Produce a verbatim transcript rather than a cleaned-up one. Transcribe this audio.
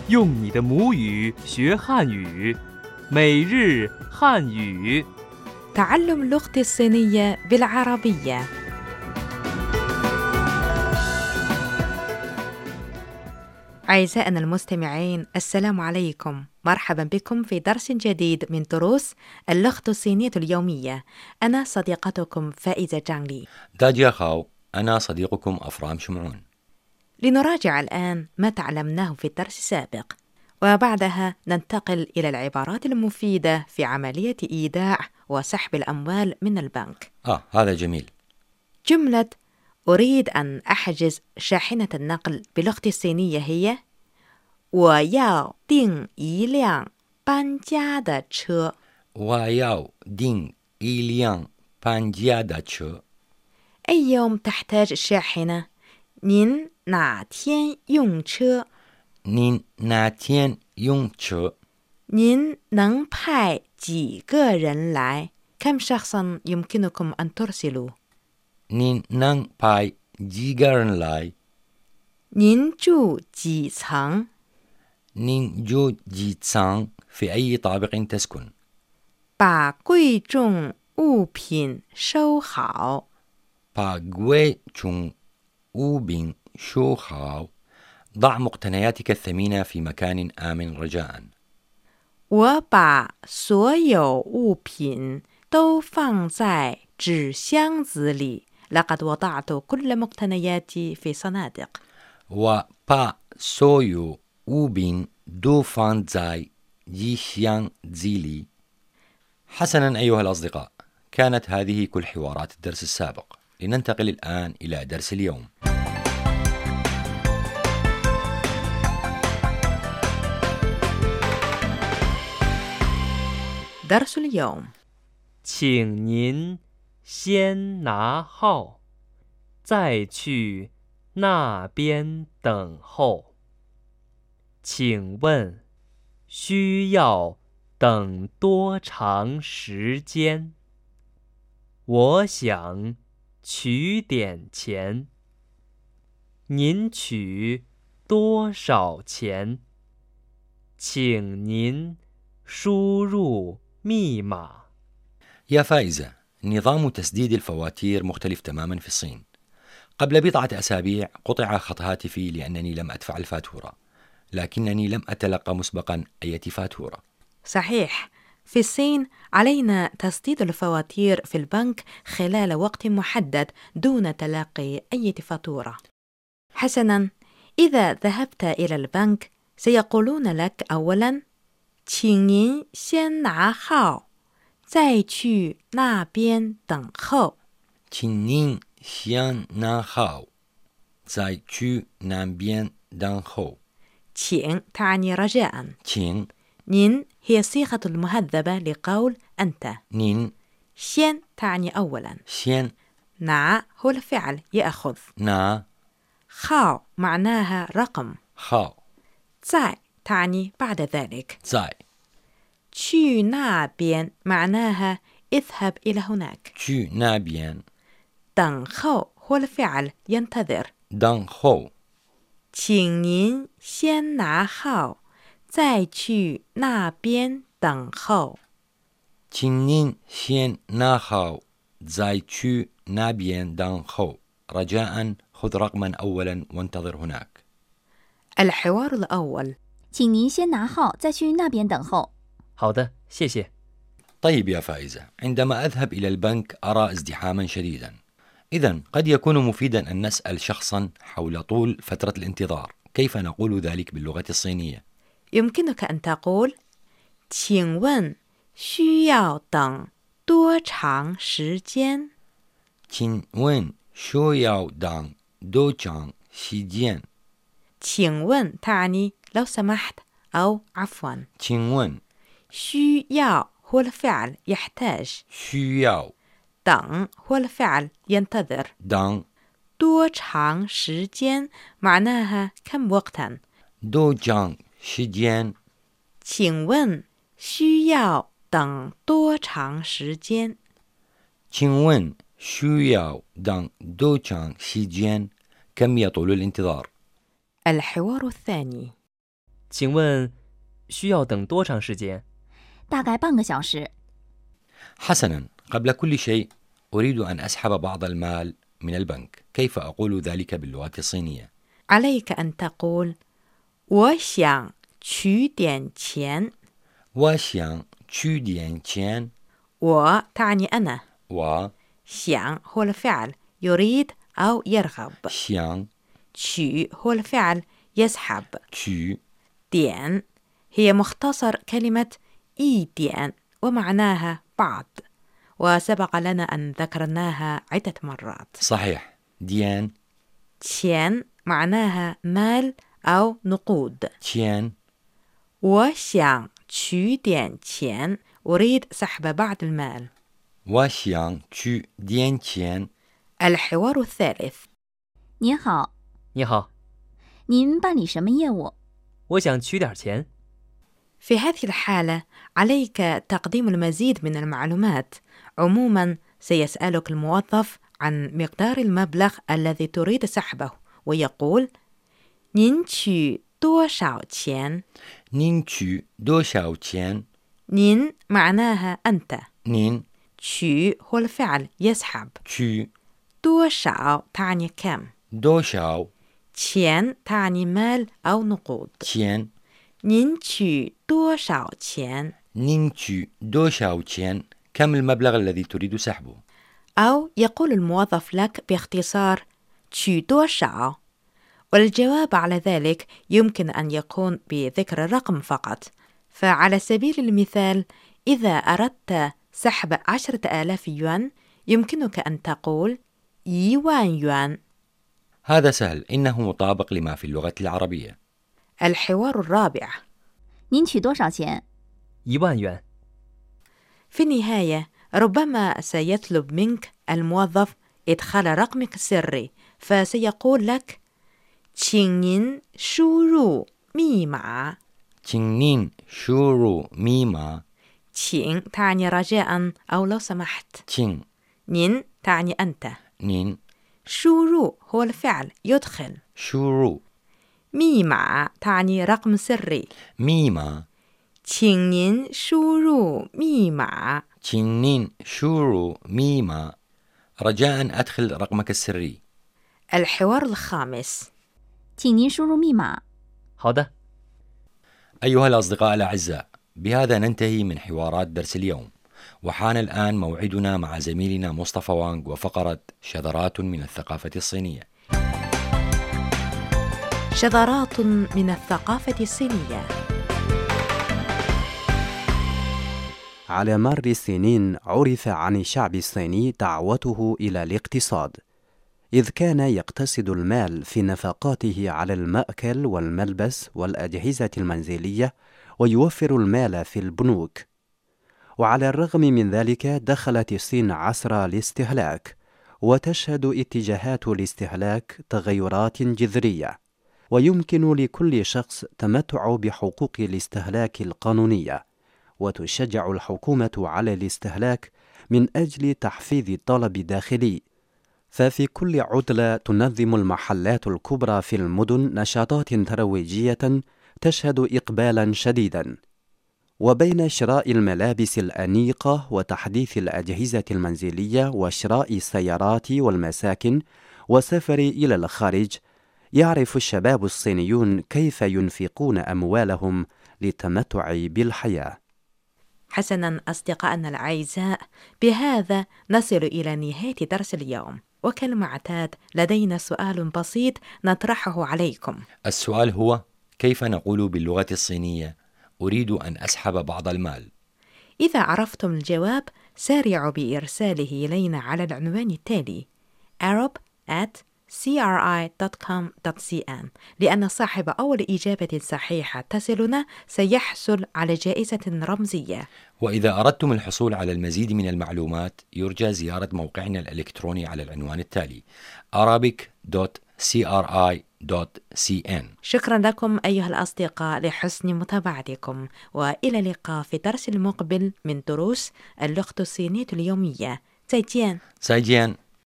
用你的母语学汉语，每日汉语。 تعلم اللغة الصينية بالعربية. أعزائنا المستمعين، السلام عليكم. مرحبا بكم في درس جديد من دروس اللغة الصينية اليومية. أنا صديقتكم فائزة جانلي. داجيا خاو، أنا صديقكم أفرام شمعون. لنراجع الآن ما تعلمناه في الدرس السابق، وبعدها ننتقل إلى العبارات المفيدة في عملية إيداع وسحب الأموال من البنك. آه هذا جميل. جملة أريد أن أحجز شاحنة النقل باللغة الصينية هي 我要订一辆搬家的车. 我要订一辆搬家的车. أي يوم تحتاج الشاحنة؟ 您哪天用车？ 您哪天用车？ 您能派几个人来？ كم شخصا يمكنكم أن ترسلوا؟ 您能派几个人来？ 您住几层？ 您住几层？ في أي طابق تسكن؟ 把贵重物品收好。 把贵重物品收好. ضع مقتنياتك الثمينة في مكان آمن رجاءً. 我把所有物品都放在纸箱子里. لقد وضعت كل مقتنياتي في صنادق. 我把所有物品都放在纸箱子里. حسناً أيها الأصدقاء، كانت هذه كل حوارات الدرس السابق. لننتقل الآن إلى درس اليوم. درس اليوم. 请您先拿号，再去那边等候。请问需要等多长时间？我想取点钱。您取多少钱？请您输入密码。 يا فائزة، نظام تسديد الفواتير مختلف تماما في الصين. قبل بضعة أسابيع قطع خط هاتفي لأنني لم أدفع الفاتورة، لكنني لم أتلقى مسبقا أي فاتورة. صحيح، في الصين علينا تسديد الفواتير في البنك خلال وقت محدد دون تلقي أي فاتورة. حسناً، إذا ذهبت إلى البنك سيقولون لك أولاً 请您先拿号，再去那边等候。 请您先拿号，再去那边等候. 请 تعني رجاءً. 请 نين هي الصيغة المهذبة لقول أنت. 您先 تعني أولاً. 先 نا هو الفعل يأخذ. 拿 خاو معناها رقم. 号 زاي تعني بعد ذلك. 在去那边 معناها اذهب إلى هناك. 去那边等候 هو الفعل ينتظر. 等候. 请您先拿号，再去那边等候。 请您先拿号，再去那边等候. رجاء خذ رقما أولا وانتظر هناك. الحوار الأول. 请您先拿号，再去那边等候。 好的，谢谢。 طيب يا فائزة، عندما أذهب إلى البنك أرى ازدحاما شديدا. إذن قد يكون مفيدا أن نسأل شخصا حول طول فترة الانتظار. كيف نقول ذلك باللغة الصينية؟ يمكنك أن تقول 请问需要等多长时间？ 请问需要等多长时间？ 请问 تعني لو سمحت أو عفوا. 请问需要 هو الفعل يحتاج. 需要等 هو الفعل ينتظر. 等多长时间 معناها كم وقتا. 多长时间？ 请问需要等多长时间？ 请问需要等多长时间？كم يطول الانتظار؟ الحوار الثاني. 请问需要等多长时间？ 大概半个小时。 حسنا، قبل كل شيء أريد أن أسحب بعض المال من البنك. كيف أقول ذلك باللغة الصينية؟ عليك أن تقول 我想取点钱我想取点钱 و تعني أنا و 想 هو الفعل يريد أو يرغب 想取 هو الفعل يسحب 取 ديان هي مختصر كلمة إي ديان ومعناها بعض، وسبق لنا أن ذكرناها عدة مرات. صحيح. ديان تيان معناها مال أو نقود. 钱我想取点钱 أريد سحب بعض المال. 我想取点钱 الحوار الثالث. 您好， 你好， 您办理什么业务？ 我想取点钱。 في هذه الحالة عليك تقديم المزيد من المعلومات. عموما سيسألك الموظف عن مقدار المبلغ الذي تريد سحبه ويقول 您取多少钱您取多少钱您معناها أنت. 您取 هو الفعل يسحب. 取多少 تعني كم. 多少钱 تعني مال أو نقود. 钱您取多少钱您取多少钱 كم المبلغ الذي تريد سحبه؟ أو يقول الموظف لك باختصار 取多少 والجواب على ذلك يمكن أن يكون بذكر الرقم فقط. فعلى سبيل المثال إذا أردت سحب عشرة آلاف يوان يمكنك أن تقول 一万元. هذا سهل، إنه مطابق لما في اللغة العربية. الحوار الرابع. 您取多少钱？ 一万元。 في النهاية ربما سيطلب منك الموظف إدخال رقمك السري فسيقول لك 请您输入密码. 请您输入密码请 تعني رجاء أو لو سمحت. 请 نين تعني أنت. 您输入 هو الفعل يدخل. 输入密码 تعني رقم سري. 密码请您输入密码. 请您输入密码 رجاء أدخل رقمك السري. الحوار الخامس. 请您输入密码。 好的。 أيها الأصدقاء الأعزاء، بهذا ننتهي من حوارات درس اليوم، وحان الآن موعدنا مع زميلنا مصطفى وانغ وفقرة شذرات من الثقافة الصينية. شذرات من الثقافة الصينية. على مر السنين عرف عن الشعب الصيني دعوته إلى الاقتصاد، إذ كان يقتصد المال في نفقاته على المأكل والملبس والأجهزة المنزلية ويوفر المال في البنوك. وعلى الرغم من ذلك دخلت الصين عصر الاستهلاك، وتشهد اتجاهات الاستهلاك تغيرات جذرية، ويمكن لكل شخص تمتع بحقوق الاستهلاك القانونية، وتشجع الحكومة على الاستهلاك من أجل تحفيز الطلب الداخلي. ففي كل عطلة تنظم المحلات الكبرى في المدن نشاطات ترويجية تشهد إقبالا شديدا. وبين شراء الملابس الأنيقة وتحديث الأجهزة المنزلية وشراء السيارات والمساكن والسفر إلى الخارج، يعرف الشباب الصينيون كيف ينفقون أموالهم للتمتع بالحياة. حسنا أصدقائنا الأعزاء، بهذا نصل إلى نهاية درس اليوم، وكالمعتاد لدينا سؤال بسيط نطرحه عليكم. السؤال هو: كيف نقول باللغة الصينية أريد أن أسحب بعض المال؟ إذا عرفتم الجواب سارعوا بإرساله إلينا على العنوان التالي arab at c r i dot com dot c n لأن صاحب أول إجابة صحيحة تصلنا سيحصل على جائزة رمزية. وإذا أردتم الحصول على المزيد من المعلومات يرجى زيارة موقعنا الإلكتروني على العنوان التالي arabic dot c r i dot c n. شكرا لكم أيها الأصدقاء لحسن متابعتكم، وإلى اللقاء في الدرس المقبل من دروس اللغة الصينية اليومية. 再见. 再见.